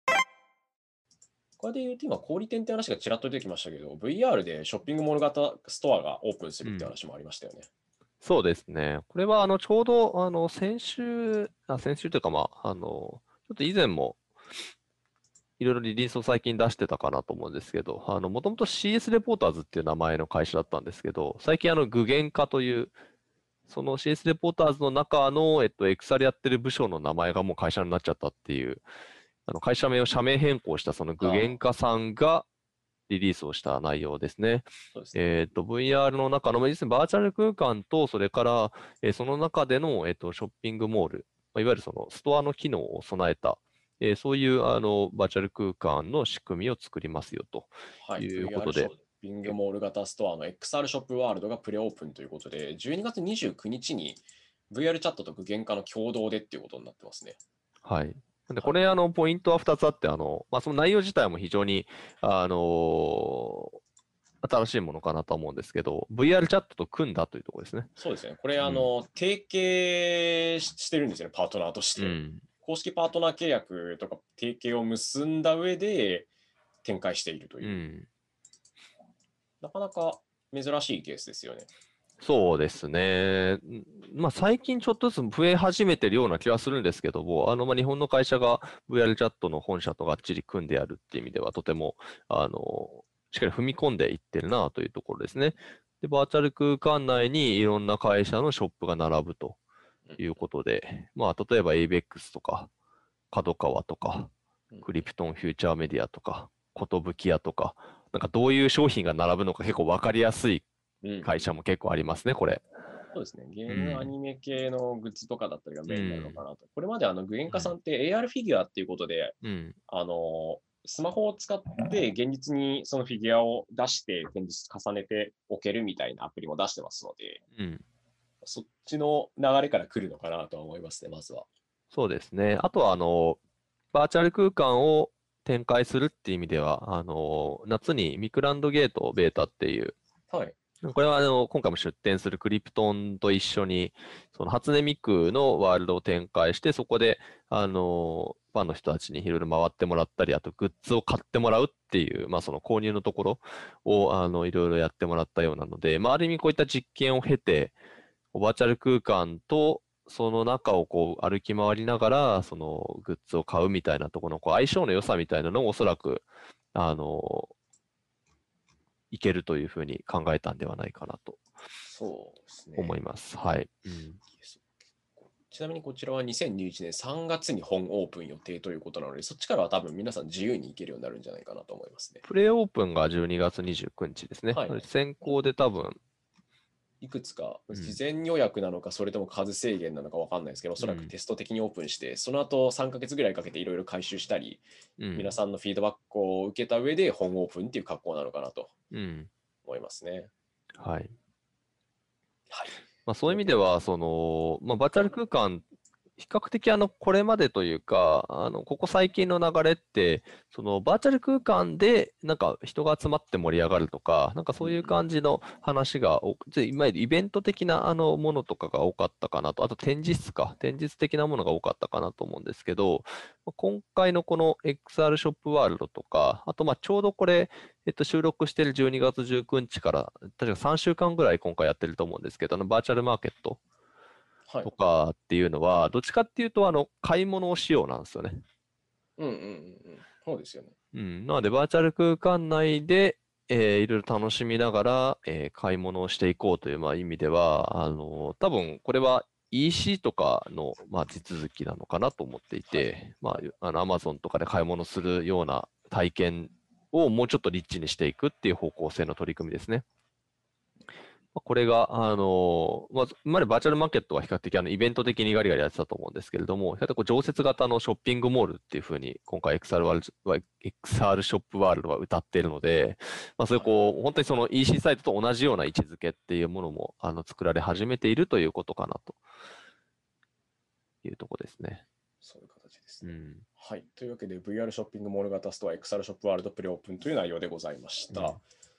これで言うと今、小売店って話がちらっと出てきましたけど、VR でショッピングモール型ストアがオープンするって話もありましたよね。 そうですね。これはちょうど先週というか、ちょっと以前もいろいろリリースを最近出してたかなと思うんですけど、もともと CS レポーターズっていう名前の会社だったんですけど、最近具現化という、その CS レポーターズの中の、エクサルやってる部署の名前がもう会社になっちゃったっていう、会社名を社名変更したその具現化さんがリリースをした内容ですね。VR の中の、実にバーチャル空間と、それから、その中での、ショッピングモール、いわゆるそのストアの機能を備えた、そういうバーチャル空間の仕組みを作りますよということで。 VR ショッピングモール型ストアの XR ショップワールドがプレオープンということで、12月29日に VR チャットと具現化の共同でっていうことになってますね。 はい。でこれ、ポイントは2つあって、その内容自体も非常に、新しいものかなと思うんですけど、VR チャットと組んだというところですね。 そうですね。これ、提携してるんですよね、パートナーとして。公式パートナー契約とか提携を結んだ上で展開しているという。なかなか珍しいケースですよね。 そうですね。最近ちょっとずつ増え始めてるような気はするんですけども、日本の会社が VR チャットの本社とがっちり組んでやるっていう意味では、とても、しっかり踏み込んでいってるなというところですね。で、バーチャル空間内にいろんな会社のショップが並ぶということで、例えば ABEX とか、角川とか、クリプトンフューチャーメディアとか、寿屋とか、なんかどういう商品が並ぶのか結構分かりやすい会社も結構ありますね、これ。 そうですね。ゲームアニメ系のグッズとかだったりがメインになるのかなと。これまで具現化さんって AR フィギュアっていうことで、スマホを使って現実にそのフィギュアを出して現実重ねておけるみたいなアプリも出してますので、そっちの流れから来るのかなとは思いますね、まずは。 そうですね。あとはバーチャル空間を展開するっていう意味では、夏にミクランドゲートベータっていう、これは今回も出展するクリプトンと一緒に、その初音ミクのワールドを展開して、そこで、ファンの人たちにいろいろ回ってもらったり、あとグッズを買ってもらうっていう、その購入のところを、いろいろやってもらったようなので、ある意味こういった実験を経て、バーチャル空間とその中をこう歩き回りながら、そのグッズを買うみたいなところのこう相性の良さみたいなのをおそらく、いけるというふうに考えたんではないかなと思います。はい。 ちなみにこちらは2021年3月に本オープン予定ということなので、そっちからは多分皆さん自由に行けるようになるんじゃないかなと思いますね。 プレオープンが12月29日ですね。先行で多分、 いくつか事前予約なのか、それとも数制限なのか分かんないですけど、おそらくテスト的にオープンして、その後3ヶ月ぐらいかけていろいろ回収したり、皆さんのフィードバックを受けた上で本オープンっていう格好なのかなと思いますね。 はい。そういう意味では、バーチャル空間、比較的これまでというか、ここ最近の流れって、そのバーチャル空間でなんか人が集まって盛り上がるとか、なんかそういう感じの話が、いわゆるイベント的なものとかが多かったかなと、あと展示的なものが多かったかなと思うんですけど、今回のこの XR ショップワールドとか、あとちょうどこれ、収録している12月19日から、確か3週間ぐらい今回やってると思うんですけど、バーチャルマーケットとかっていうのは、どっちかっていうと、買い物をしようなんですよね。 そうですよね。 なので、バーチャル空間内で、いろいろ楽しみながら、買い物をしていこうという、意味では、多分これは EC とかの、地続きなのかなと思っていて、Amazon とかで買い物するような体験をもうちょっとリッチにしていくっていう方向性の取り組みですね。 これが、今までバーチャルマーケットは比較的イベント的にガリガリやってたと思うんですけれども、比較的こう常設型のショッピングモールっていうふうに、今回 XR ショップワールドは歌っているので、そういうこう、本当にその EC サイトと同じような位置づけっていうものも作られ始めているということかなというところですね。 そういう形ですね。はい。というわけで、VR ショッピングモール型ストア XR ショップワールドプレオープンという内容でございました。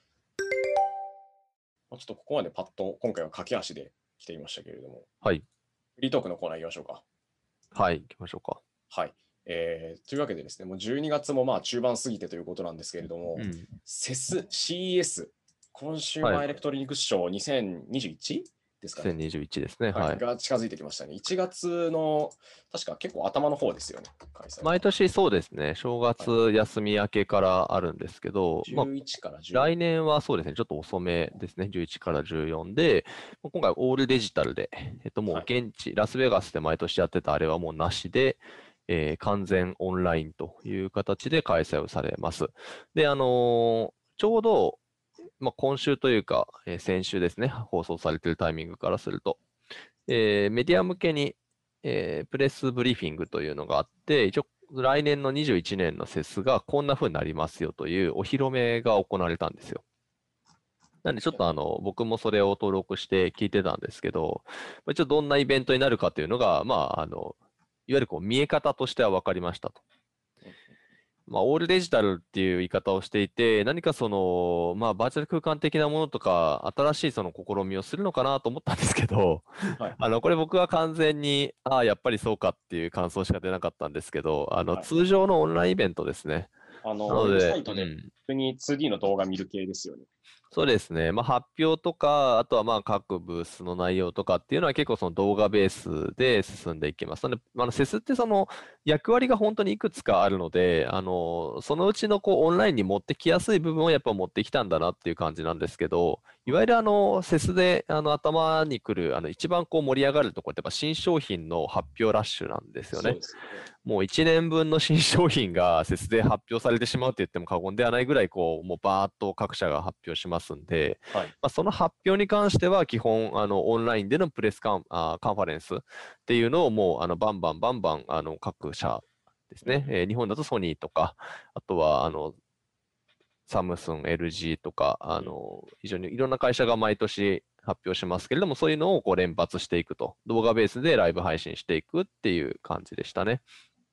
ちょっとここまでパッと今回は駆け足で来ていましたけれども、 はい。 フリートークのコーナー行きましょうか。 はい、行きましょうか。 はい。というわけでですね、もう12月もまあ中盤過ぎてということなんですけれども、CES、今週はエレクトロニクスショー 2021? ですかね。 2021ですね。 はい。が近づいてきましたね。1月の、確か結構頭の方ですよね。 毎年そうですね。正月休み明けからあるんですけど、 11から14。 来年はそうですね。ちょっと遅めですね。11から14で、今回オールデジタルで、もう現地、ラスベガスで毎年やってたあれはもうなしで、完全オンラインという形で開催をされます。で、ちょうど、今週というか、先週ですね、放送されているタイミングからすると、メディア向けに、プレスブリーフィングというのがあって、一応来年の21年のセスがこんな風になりますよというお披露目が行われたんですよ。なんでちょっと僕もそれを登録して聞いてたんですけど、一応どんなイベントになるかというのが、いわゆるこう見え方としては分かりましたと。オールデジタルっていう言い方をしていて、何かその、バーチャル空間的なものとか、新しいその試みをするのかなと思ったんですけど、これ僕は完全に、やっぱりそうかっていう感想しか出なかったんですけど、通常のオンラインイベントですね。 なので、サイトで普通に 2D の動画見る系ですよね。 そうですね。発表とか、あとは各ブースの内容とかっていうのは結構その動画ベースで進んでいきます。なので、セスってその役割が本当にいくつかあるので、そのうちのこうオンラインに持ってきやすい部分をやっぱ持ってきたんだなっていう感じなんですけど、いわゆるセスで頭にくる一番こう盛り上がるところってやっぱ新商品の発表ラッシュなんですよね。もう1年分の新商品がセスで発表されてしまうと言っても過言ではないぐらいこうもうバーッと各社が発表しますんで、その発表に関しては基本オンラインでのプレスカンファレンスっていうのをもうバンバン各社ですね、日本だとソニーとか、あとはサムスン、LG とか非常にいろんな会社が毎年発表しますけれども、そういうのをこう連発していくと、動画ベースでライブ配信していくっていう感じでしたね。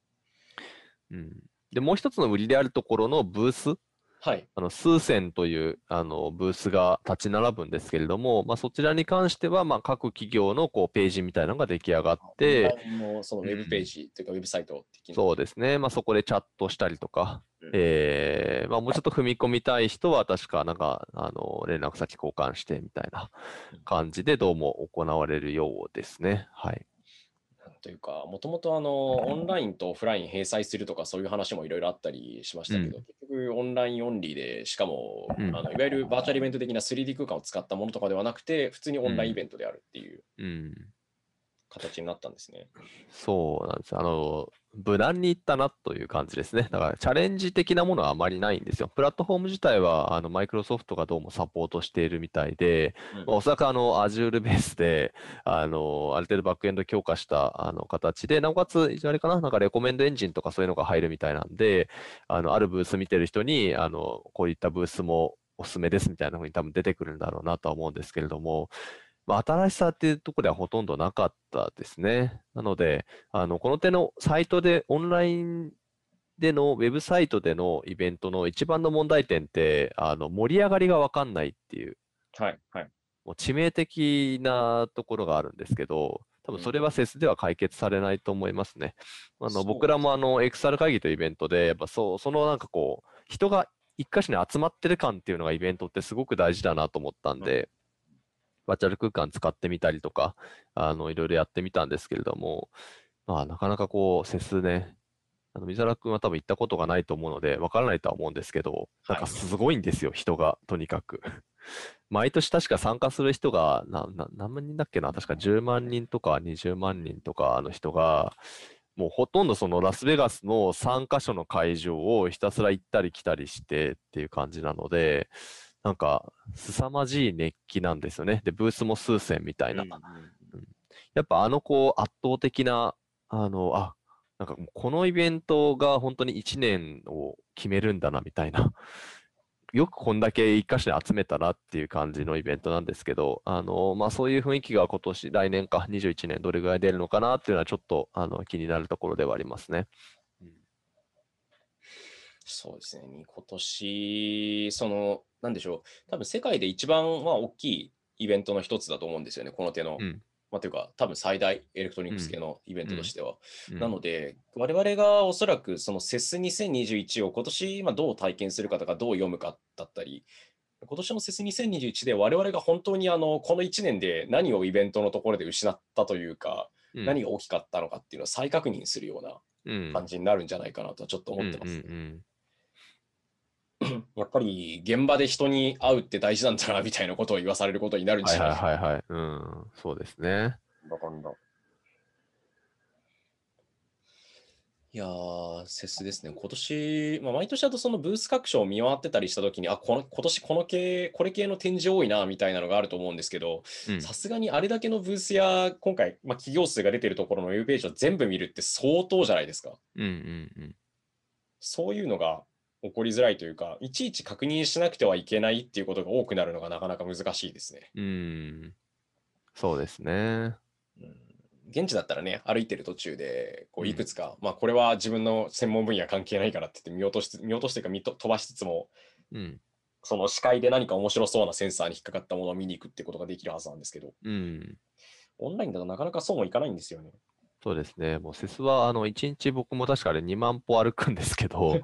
で、もう一つの売りであるところのブース、数千というブースが立ち並ぶんですけれども、そちらに関しては各企業のこうページみたいなのが出来上がって、 そのウェブページというかウェブサイト的な。 そうですね、そこでチャットしたりとか、もうちょっと踏み込みたい人は確かなんか連絡先交換してみたいな感じでどうも行われるようですね。はい。 というか、もともとオンラインとオフライン併載するとかそういう話もいろいろあったりしましたけど、結局オンラインオンリーで、しかも、いわゆるバーチャルイベント的な 3D 空間を使ったものとかではなくて、普通にオンラインイベントであるっていう形になったんですね。 そうなんです。無難にいったなという感じですね。だからチャレンジ的なものはあまりないんですよ。プラットフォーム自体はマイクロソフトがどうもサポートしているみたいで、おそらくAzure ベースである程度バックエンド強化した形で、なおかつ、あれかな、なんかレコメンドエンジンとかそういうのが入るみたいなんで、あるブース見てる人にこういったブースもおすすめですみたいな風に多分出てくるんだろうなとは思うんですけれども、新しさっていうところではほとんどなかったですね。なので、この手のサイトで、オンラインでのウェブサイトでのイベントの一番の問題点って、盛り上がりがわかんないっていう、もう致命的なところがあるんですけど、多分それはセスでは解決されないと思いますね。僕らもXR 会議というイベントで、やっぱそのなんかこう、人が一箇所に集まってる感っていうのがイベントってすごく大事だなと思ったんで、バーチャル空間使ってみたりとか、いろいろやってみたんですけれども、なかなかこう、セスね、水原君は多分行ったことがないと思うので、わからないとは思うんですけど、なんかすごいんですよ、人が、とにかく。毎年確か参加する人が、何万人だっけな、確か10万人とか20万人とかの人が、もうほとんどそのラスベガスの3カ所の会場をひたすら行ったり来たりしてっていう感じなので、 なんか、凄まじい熱気なんですよね。で、ブースも数千みたいな。 うんうん。 うんやっぱこう、圧倒的な、なんかもうこのイベントが本当に1年を決めるんだな、みたいな。よくこんだけ一箇所に集めたなっていう感じのイベントなんですけど、そういう雰囲気が今年、来年か、21年どれぐらい出るのかなっていうのはちょっと、気になるところではありますね。 そうですね。今年、なんでしょう。多分世界で一番、大きいイベントの一つだと思うんですよね。この手の。 うん、 というか、多分最大エレクトロニクスうん、 系のイベンうん、 トとしては。 うん、 なので、我々がおそらくそのセス2021を今年、どう体験するかとか、どう読むかだったり、今年のセス2021で我々が本当にこの1年で何をイベントのところで失ったというか、 うん、 何が大きかったのかっていうのを再確認するようなうん、 感じになるんじゃないかなとはちょっとうん、うん、 思ってますね。 うん。 やっぱり現場で人に会うって大事なんだなみたいなことを言わされることになるんはいはいじゃないか。 はいはい。うん、そうですね。 だかんだ。いやー、セスですね。今年、毎年だとそのブース各所を見回ってたりしたときに、今年これ系の展示多いな、みたいなのがあると思うんですけど、 うん、 さすがにあれだけのブースや、今回、企業数が出てるところのウェブページを全部見るって相当じゃないですか。 うん、うん、うん。 そういうのが起こりづらいというか、いちいち確認しなくてはいけないっていうことが多くなるのがなかなか難しいですね。 うん、そうですね。 うん、現地だったらね、歩いてる途中で、 うん、 いくつか、これは自分の専門分野関係ないからって言って見落としてか飛ばしつつも、 うん、 その視界で何か面白そうなセンサーに引っかかったものを見に行くってことができるはずなんですけど、 うん。 オンラインだとなかなかそうもいかないんですよね。 そうですね。もう、セスは、1日僕も確かあれ2万歩歩くんですけど、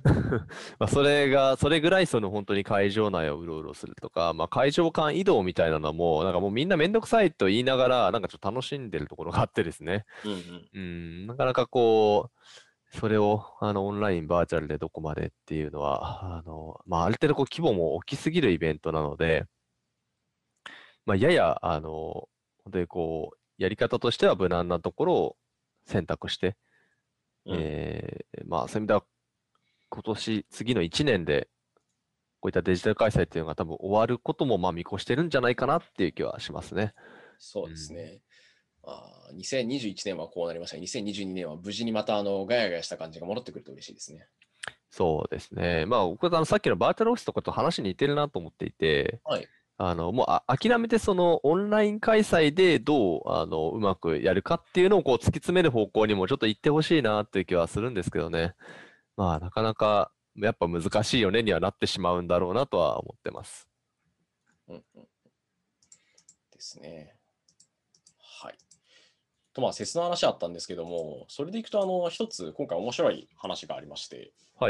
それぐらい本当に会場内をうろうろするとか、会場間移動みたいなのも、なんかもうみんなめんどくさいと言いながら、なんかちょっと楽しんでるところがあってですね。 うんうん。 うん、なかなかこう、それを、オンライン、バーチャルでどこまでっていうのは、ある程度こう規模も大きすぎるイベントなので、やや、本当にこう、やり方としては無難なところを選択して、 うん。 そういう意味では、次の1年で、こういったデジタル開催っていうのが多分終わることも見越してるんじゃないかなっていう気はしますね。 そううん。 ですね。2021年はこうなりました。2022年は無事にまたガヤガヤした感じが戻ってくると嬉しいですね。 そうですね。僕はさっきのバーチャルオフィスとかと話に似てるなと思っていて、 はい。 もう諦めてそのオンライン開催でどう、うまくやるかっていうのをこう突き詰める方向にもちょっと行ってほしいなっていう気はするんですけどね。なかなかやっぱ難しいよねにはなってしまうんだろうなとは思ってます。 うんうん。ですね。はい。セスの話あったんですけども、それでいくと、一つ、今回面白い話がありまして、 はい。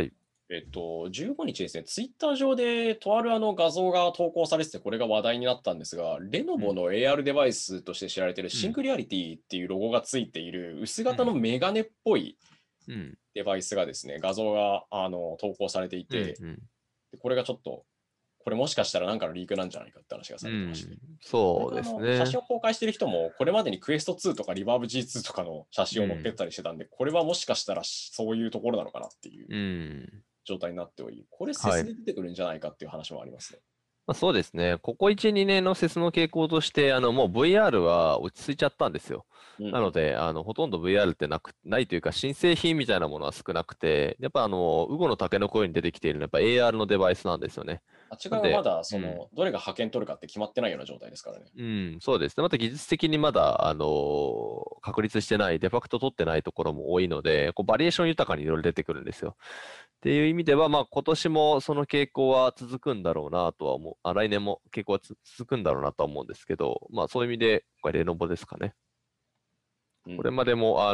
15日ですね、ツイッター上でとある画像が投稿されてて、これが話題になったんですが、レノうん。 ボの AR デバイスとして知られているうん。 シンクリアリティっていうロゴがついている薄型のうん。 メガネっぽいうん。 デバイスがですね、画像が投稿されていうん。 て、 うん。 でこれがちょっと、これもしかしたらなんかのリークなんじゃないかって話がうされてまして。 ん。そう割とですね。 写真を公開している人も、これまでにクエスト2とかリバーブ G2 とかの写真を載っけうん。 てたりしてたんで、これはもしかしたらそういうところなのかなっていううん。 状態になっており、これセはい。 スで出てくるんじゃないかっていう話もありますね。 そうですね。ここ1、2年のセスの傾向として、もう VR は落ち着いちゃったんですよ。 うんうん。 なので、ほとんど VR ってないというか、新製品みたいなものは少なくて、やっぱウゴの竹の声に出てきているのは、やっぱ AR のデバイスなんですよね。 あっちなんで、 側がまだ、 うん。 どれが派遣取るかって決まってないような状態ですからね。 うん、そうですね。また技術的にまだ、確立してない、デファクト取ってないところも多いので、こうバリエーション豊かにいろいろ出てくるんですよ。っていう意味では、今年もその傾向は続くんだろうなとは思う。来年も傾向は続くんだろうなとは思うんですけど、そういう意味で、これレノボですかね。 うん。 これまでも、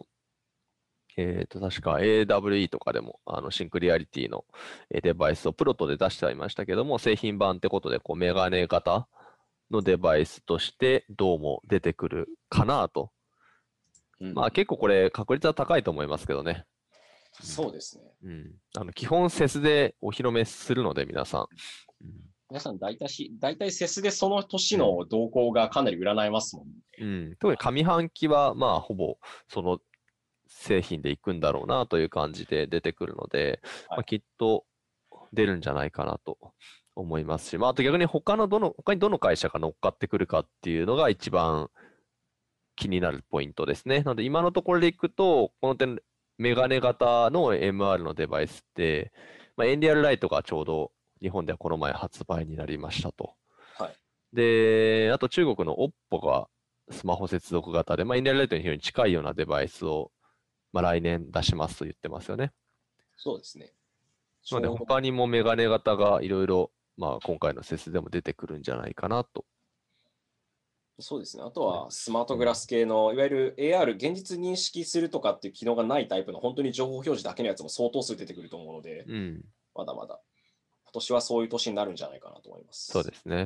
確か AWE とかでも、シンクリアリティのデバイスをプロトで出してはいましたけども、製品版ってことで、こう、メガネ型のデバイスとしてどうも出てくるかなと。 うん。 結構これ確率は高いと思いますけどね。うん。 そうですね。 うん。基本セスでお披露目するので、皆さん。うん。 皆さん大体セスでその年うん。 の動向がかなり占えますもんね。 うん、特に上半期は、ほぼ、その製品でいくんだろうなという感じで出てくるので、 はい。 きっと出るんじゃないかなと思いますし、まあ、あと逆に他にどの会社が乗っかってくるかっていうのが一番気になるポイントですね。なので今のところでいくと、この点、メガネ型の MR のデバイスって、まあ、エンリアルライトがちょうど日本ではこの前発売になりましたと。 はい。 で、あと中国の OPPO がスマホ接続型で、まあ、エンリアルライトに非常に近いようなデバイスを、まあ、来年出しますと言ってますよね。 そうですね。ちなのでょうど他にもメガネ型がいろいろ、まあ、今回の説でも出てくるんじゃないかなと。 そうですね。あとはスマートグラうん。 ス系の、いわゆる AR、現実認識するとかっていう機能がないタイプの本当に情報表示だけのやつも相当数出てくると思うので、 うん。 まだまだ今年はそういう年になるんじゃないかなと思いまそうす。 ですね。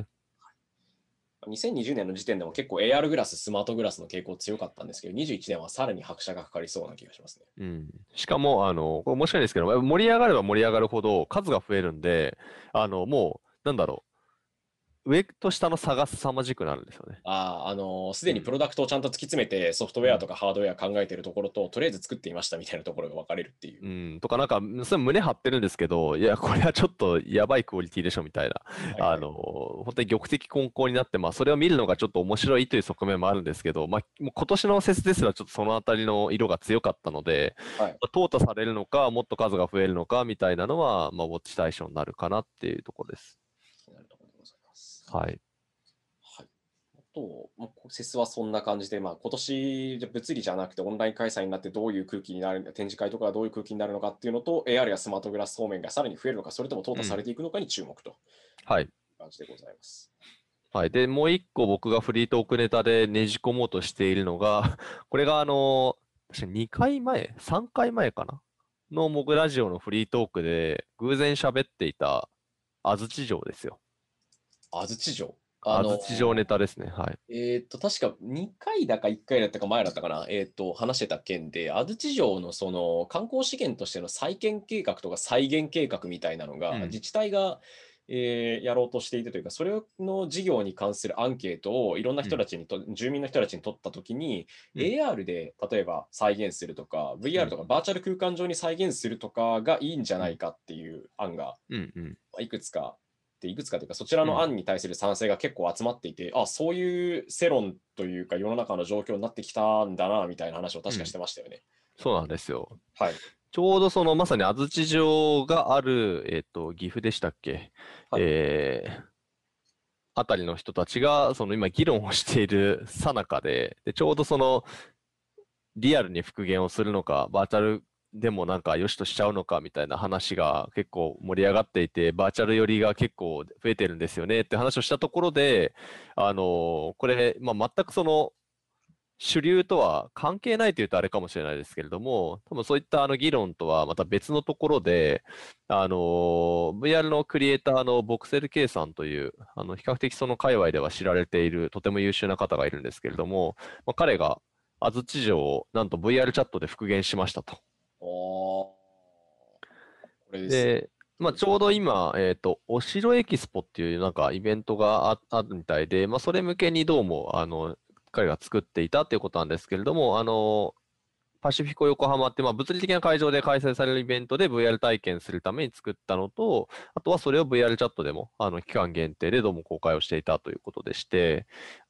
2020年の時点でも結構 AR グラス、スマートグラスの傾向強かったんですけど、21年はさらに拍車がかかりそうな気がしますね。 うん。しかも、これ面白いんですけど、盛り上がれば盛り上がるほど数が増えるんで、もう、なんだろう、上と下の差が凄まじくなるんですよね。 すうん。 でにプロダクトをちゃんと突き詰めてソフトウうん。 ェアとかハードウェア考えてるところと、とりあえず作ってみましたみたいなところが分かれるっていう。 とかなんか、それ胸張ってるんですけど、いや、これはちょっとやばいクオリティでしょみたいな、 はいはい。 本当に玉石混交になって、まあ、それを見るのがちょっと面白いという側面もあるんですけど、まあ、もう今年の節ですらちょっとそのあたりの色が強かったので、 はい。 まあ、淘汰されるのか、もっと数が増えるのかみたいなのは、まあ、ウォッチ対象になるかなっていうところです。 気になるところでございます。 はい。 はい。あと、フェスはそんな感じで、今年、物理じゃなくてオンライン開催になってどういう空気になる、展示会とかがどういう空気になるのかっていうのと、AR やスマートグラス方面がさらに増えるのか、それとも淘汰されうん。 ていくのかに注目というはい。 感じでございます。 はい。で、もう一個僕がフリートークネタでねじ込もうとしているのが、これが確か2回前、3回前かなのモグラジオのフリートークで偶然喋っていた安土城ですよ。 安土城。 安土城ネタですね。はい。 確か2回だか1回だったか前だったかな、話してた件で、安土城のその観光資源としての再建計画とか再現計画みたいなのが、 うん。 自治体が、やろうとしていてというか、それの事業に関するアンケートをいろんなうん。 人たちに住民の人たちに取ったときに、 うん。 AR で例えば再現するとか、 う VR ん。 とかバーチャル空間上に再現するとかがいいんじゃうん。 ないかっていう案がうん。うん。 いくつかいくつかというか、そちらうん。 の案に対する賛成が結構集まっていて、あ、そういう世論というか、世の中の状況になってきたんだな、みたいな話を確かしうん。 てましたよね。 そうなんですよ。 はい。 ちょうどそのまさに安土城がある、岐阜でしたっけ？ はい。 えあたりの人たちが、その今議論をしている最中で、ちょうどそのリアルに復元をするのか、バーチャルでもなんか良しとしちゃうのかみたいな話が結構盛り上がっていて、バーチャル寄りが結構増えてるんですよねって話をしたところで、これ、まあ、全くその主流とは関係ないというとあれかもしれないですけれども、多分そういった議論とはまた別のところで、VR のクリエイターのボクセル K さんという、比較的その界隈では知られているとても優秀な方がいるんですけれども、まあ、彼が安土城をなんと VR チャットで復元しましたと。 おー、これですね。 で、まあ、 どうでしょちょうど今、お城エキスポっていうなんかイベントがあるみたいで、まあ、それ向けにどうも、彼が作っていたということなんですけれども、パシフィコ横浜って、まあ、物理的な会場で開催されるイベントで VR 体験するために作ったのと、あとはそれを VR チャットでも、期間限定でどうも公開をしていたということでして、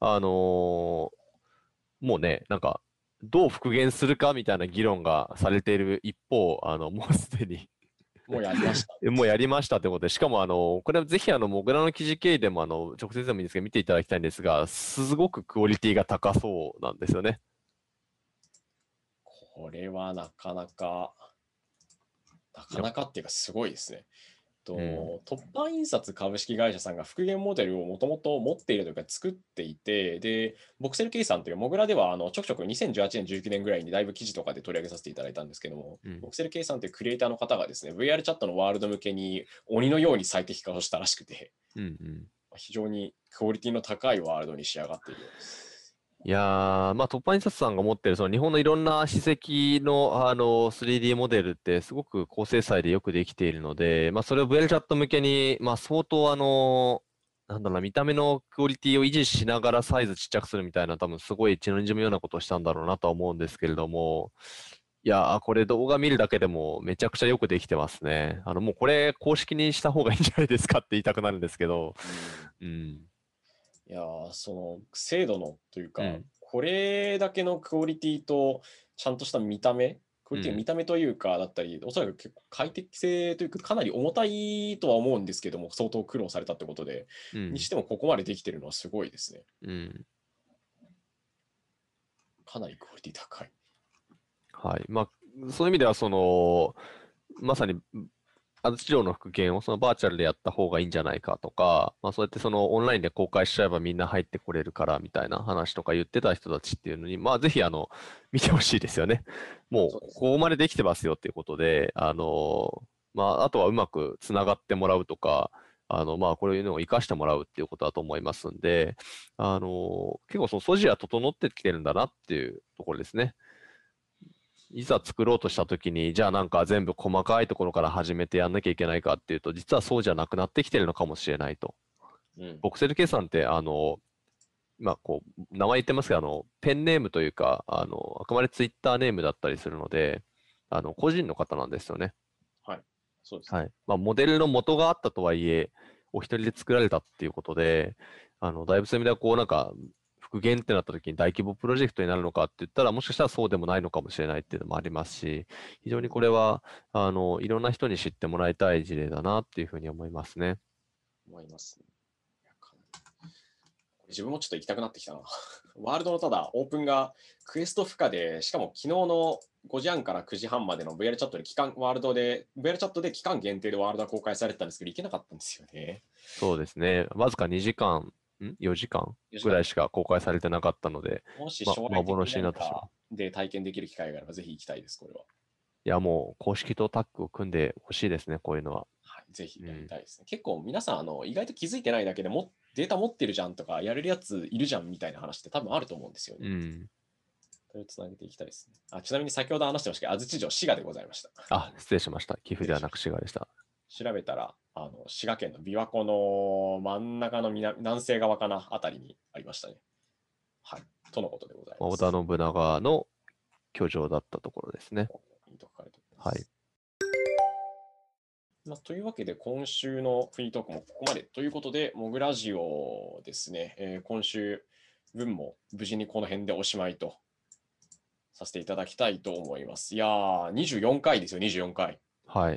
もうね、なんか、どう復元するかみたいな議論がされている一方、もうすでにう。もうやりました。 もうやりましたってことで、しかもこれはぜひモグラの記事経由でも直接でもいいんですけど、見ていただきたいんですが、すごくクオリティが高そうなんですよね。 これはなかなか、ないや、 かなかっていうかすごいですね。 うん。 凸版印刷株式会社さんが復元モデルをもともと持っているというか作っていて、で、ボクセル K さんというモグラではちょくちょく2018年、19年ぐらいにだいぶ記事とかで取り上げさせていただいたんですけども、 うん。 ボクセル K さんというクリエイターの方がですね、VR チャットのワールド向けに鬼のように最適化をしたらしくて、 うん。うん。 非常にクオリティの高いワールドに仕上がっているようです。 いやー、まあ、突破印刷さんが持ってるその日本のいろんな史跡の、3D モデルってすごく高精細でよくできているので、まあ、それを VL チャット向けに、まあ、相当なんだろうな、見た目のクオリティを維持しながらサイズちっちゃくするみたいな、多分すごい血の滲むようなことをしたんだろうなとは思うんですけれども、 いやー、これ動画見るだけでもめちゃくちゃよくできてますね。もうこれ公式にした方がいいんじゃないですかって言いたくなるんですけど、 うん。 うん、 いやー、その精度のというか、 うん、 これだけのクオリティとちゃんとした見た目、クオリティのうん、 見た目というかだったり、おそらく結構快適性というか、かなり重たいとは思うんですけども、相当苦労されたってことで、 うん、 にしてもここまでできてるのはすごいですね。 うん。 かなりクオリティ高い。 はい。まあ、そういう意味では、まさに、安土城の復元をそのバーチャルでやった方がいいんじゃないかとか、まあ、そうやってそのオンラインで公開しちゃえばみんな入ってこれるからみたいな話とか言ってた人たちっていうのに、まあ、ぜひ見てほしいですよね。もう、 そうです。 ここまでできてますよっていうことで、まあ、あとはうまくつながってもらうとか、まあ、こういうのを活かしてもらうっていうことだと思いますんで、結構その素地は整ってきてるんだなっていうところですね。いざ作ろうとしたときに、じゃあなんか全部細かいところから始めてやんなきゃいけないかっていうと、実はそうじゃなくなってきてるのかもしれないと。 うん。 ボクセル計算って、まあ、名前言ってますけど、ペンネームというか、あくまでツイッターネームだったりするので、個人の方なんですよね。 はい。そうですね。 はい。まあ、モデルの元があったとはいえ、お一人で作られたっていうことで、だいぶそういう意味では、なんか、復元ってなった時に大規模プロジェクトになるのかって言ったら、もしかしたらそうでもないのかもしれないっていうのもありますし、非常にこれは、いろんな人に知ってもらいたい事例だなっていうふうに思いますね。 思いますね。いやかなり自分もちょっと行きたくなってきたな。ワールドのただ、オープンがクエスト負荷で、しかも昨日の5時半から9時半までの VR チャットでワールドで、VR チャットで期間限定でワールドが公開されてたんですけど、行けなかったんですよね。 そうですね。わずか2時間、4時間 4時間。 ぐらいしか公開されてなかったので、 もしまあ、 将来的に幻になってしまう。 何かで体験できる機会があれば、ぜひ行きたいです、これは。 いや、もう公式とタッグを組んでほしいですね、こういうのは。 はい、ぜひやりうん。 たいですね。結構皆さん、意外と気づいてないだけでもデータ持ってるじゃんとか、やれるやついるじゃんみたいな話って多分あると思うんですよね。 うん。 それをつなげていきたいですね。ちなみに先ほど話してましたけど、安土城、滋賀でございました。 あ、失礼しました。岐阜ではなく失礼しました。 滋賀でした。 調べたら、滋賀県の琵琶湖の真ん中の南西側かな、あたりにありましたね。はい。とのことでございます。 織田信長の居城だったところですね。 いいと書かれておりまはい。 す。というわけで、今週のフリートークもここまでということで、モグラジオですね、今週分も無事にこの辺でおしまいとさせていただきたいと思います。いやー、24回ですよ、24回。 はい。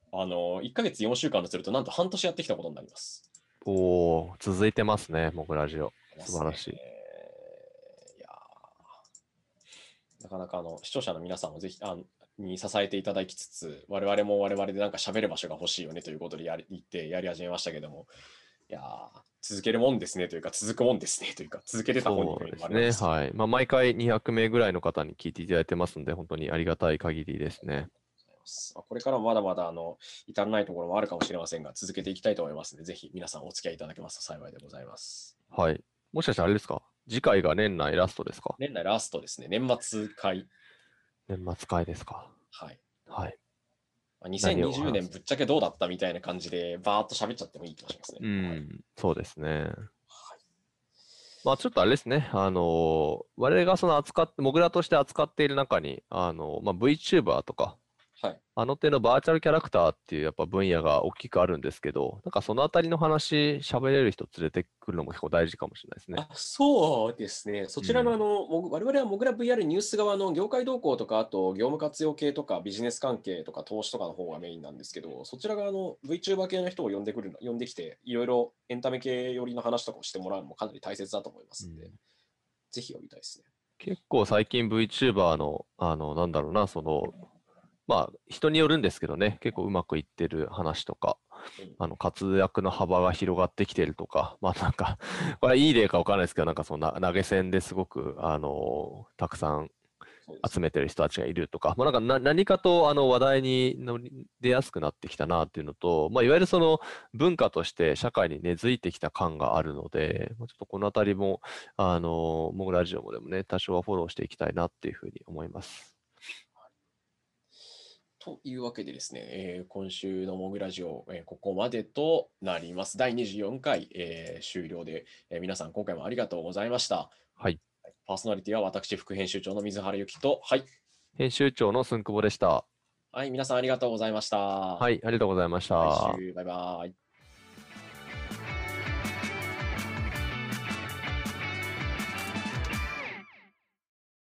1ヶ月4週間とすると、なんと半年やってきたことになります。 おー、続いてますね、モグラジオ。 ますね。 素晴らしい。 いやなかなか視聴者の皆さんもぜひに支えていただきつつ、我々も我々でなんか喋る場所が欲しいよねということで言ってやり始めましたけども、いや続けるもんですねというか、続くもんですねというか、続けてた本人がいるのもあそうですね。 れなんですけど。 はい。まあ、毎回200名ぐらいの方に聞いていただいてますので、本当にありがたい限りですね。 これからもまだまだ至らないところもあるかもしれませんが、続けていきたいと思いますので、ぜひ皆さんお付き合いいただけますと幸いでございます。 はい。もしかしてあれですか？次回が年内ラストですか？ 年内ラストですね、年末会。 年末会ですか？ はい。 はい。何を 2020 話す？ 年ぶっちゃけどうだったみたいな感じで、バーっと喋っちゃってもいい気がしますね。 うはい。 ん、そうですね。 はい。 まあちょっとあれですね。我々がそのモグラとして扱っている中に、まあ VTuber とか、 はい。 あの手のバーチャルキャラクターっていうやっぱ分野が大きくあるんですけど、なんかそのあたりの話、喋れる人連れてくるのも結構大事かもしれないですね。 そうですね。そちらのうん。 我々はモグラ VR ニュース側の業界動向とか、あと業務活用系とかビジネス関係とか投資とかの方がメインなんですけど、そちら側の VTuber 系の人を呼んできて、いろいろエンタメ系寄りの話とかをしてもらうのもかなり大切だと思いますんで、 うん、 ぜひ呼びたいですね。 結構最近 VTuber の、なんだろうな、まあ人によるんですけどね、結構うまくいってる話とか、 うん、 活躍の幅が広がってきてるとか、まあなんか、これはいい例かわからないですけど、なんか投げ銭ですごく、たくさんそうですね。 集めてる人たちがいるとか、まあ、なんか何かと話題に出やすくなってきたなっていうのと、まあ、いわゆるその文化として社会に根付いてきた感があるので、まあ、ちょっとこのあたりも、モグラジオもでもね、多少はフォローしていきたいなっていうふうに思います。 というわけでですね、今週のモグラジオ、ここまでとなります。第24回、終了で、皆さん今回もありがとうございました。 はい。 パーソナリティは私、副編集長の水原由紀と、はい。 編集長の寸久保でした。 はい、皆さんありがとうございました。 はい、ありがとうございまし来た。 週、バイバイ。